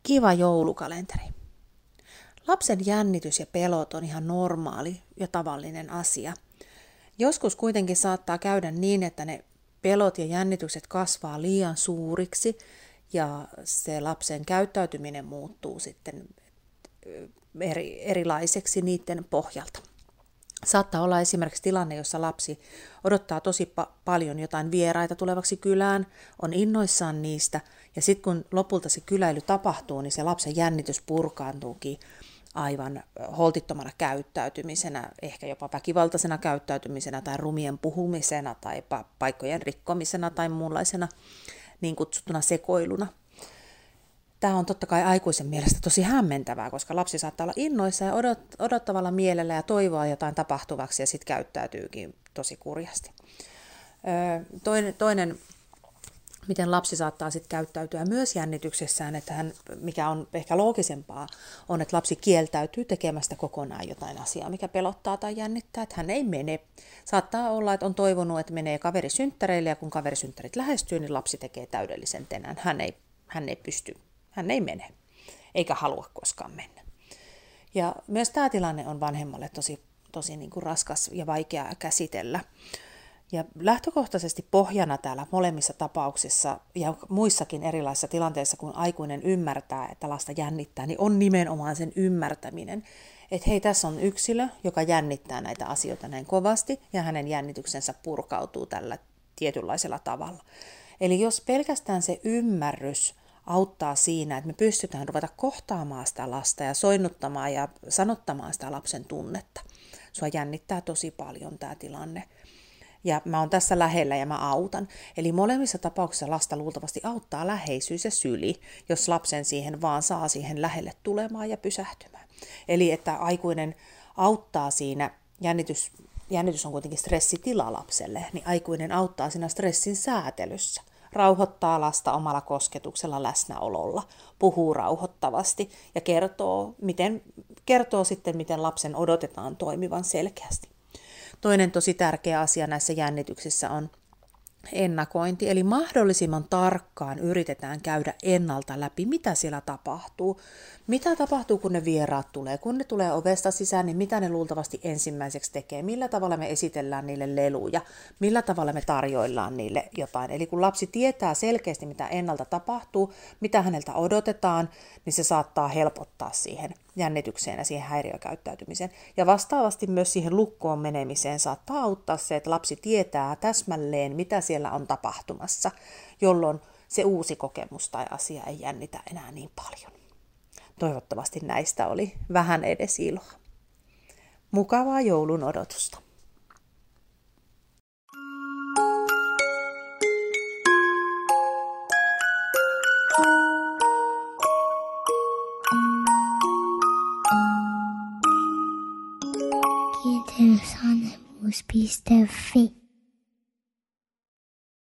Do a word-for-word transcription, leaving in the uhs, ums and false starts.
Kiva joulukalenteri. Lapsen jännitys ja pelot on ihan normaali ja tavallinen asia. Joskus kuitenkin saattaa käydä niin, että ne pelot ja jännitykset kasvaa liian suuriksi ja se lapsen käyttäytyminen muuttuu sitten eri, erilaiseksi niiden pohjalta. Saattaa olla esimerkiksi tilanne, jossa lapsi odottaa tosi pa- paljon jotain vieraita tulevaksi kylään, on innoissaan niistä, ja sitten kun lopulta se kyläily tapahtuu, niin se lapsen jännitys purkaantuukin aivan holtittomana käyttäytymisenä, ehkä jopa väkivaltaisena käyttäytymisenä tai rumien puhumisena tai pa- paikkojen rikkomisena tai muunlaisena niin kutsuttuna sekoiluna. Tämä on totta kai aikuisen mielestä tosi hämmentävää, koska lapsi saattaa olla innoissa ja odot- odottavalla mielellä ja toivoa jotain tapahtuvaksi ja sitten käyttäytyykin tosi kurjasti. Öö, toinen, toinen, miten lapsi saattaa sitten käyttäytyä myös jännityksessään, että hän, mikä on ehkä loogisempaa, on, että lapsi kieltäytyy tekemästä kokonaan jotain asiaa, mikä pelottaa tai jännittää, että hän ei mene. Saattaa olla, että on toivonut, että menee kaverisynttäreille ja kun kaverisynttärit lähestyy, niin lapsi tekee täydellisen tenän. Hän ei, hän ei pysty. Hän ei mene, eikä halua koskaan mennä. Ja myös tämä tilanne on vanhemmalle tosi, tosi niin kuin raskas ja vaikea käsitellä. Ja lähtökohtaisesti pohjana täällä molemmissa tapauksissa ja muissakin erilaisissa tilanteissa, kun aikuinen ymmärtää, että lasta jännittää, niin on nimenomaan sen ymmärtäminen. Että hei, tässä on yksilö, joka jännittää näitä asioita näin kovasti ja hänen jännityksensä purkautuu tällä tietynlaisella tavalla. Eli jos pelkästään se ymmärrys auttaa siinä, että me pystytään ruveta kohtaamaan sitä lasta ja soinnuttamaan ja sanottamaan sitä lapsen tunnetta. Sua jännittää tosi paljon tämä tilanne. Ja mä oon tässä lähellä ja mä autan. Eli molemmissa tapauksissa lasta luultavasti auttaa läheisyys ja syli, jos lapsen siihen vaan saa siihen lähelle tulemaan ja pysähtymään. Eli että aikuinen auttaa siinä, jännitys, jännitys on kuitenkin stressitila lapselle, niin aikuinen auttaa siinä stressin säätelyssä. Rauhoittaa lasta omalla kosketuksella, läsnäololla, puhuu rauhoittavasti ja kertoo, miten, kertoo sitten, miten lapsen odotetaan toimivan selkeästi. Toinen tosi tärkeä asia näissä jännityksissä on ennakointi, eli mahdollisimman tarkkaan yritetään käydä ennalta läpi, mitä siellä tapahtuu. Mitä tapahtuu, kun ne vieraat tulee? Kun ne tulee ovesta sisään, niin mitä ne luultavasti ensimmäiseksi tekee? Millä tavalla me esitellään niille leluja? Millä tavalla me tarjoillaan niille jotain? Eli kun lapsi tietää selkeästi, mitä ennalta tapahtuu, mitä häneltä odotetaan, niin se saattaa helpottaa siihen jännitykseen ja siihen häiriökäyttäytymiseen. Ja vastaavasti myös siihen lukkoon menemiseen saattaa auttaa se, että lapsi tietää täsmälleen, mitä siellä on tapahtumassa, jolloin se uusi kokemus tai asia ei jännitä enää niin paljon. Toivottavasti näistä oli vähän edes iloa. Mukavaa joulun odotusta. Kiinteysvanhemmuus piste fi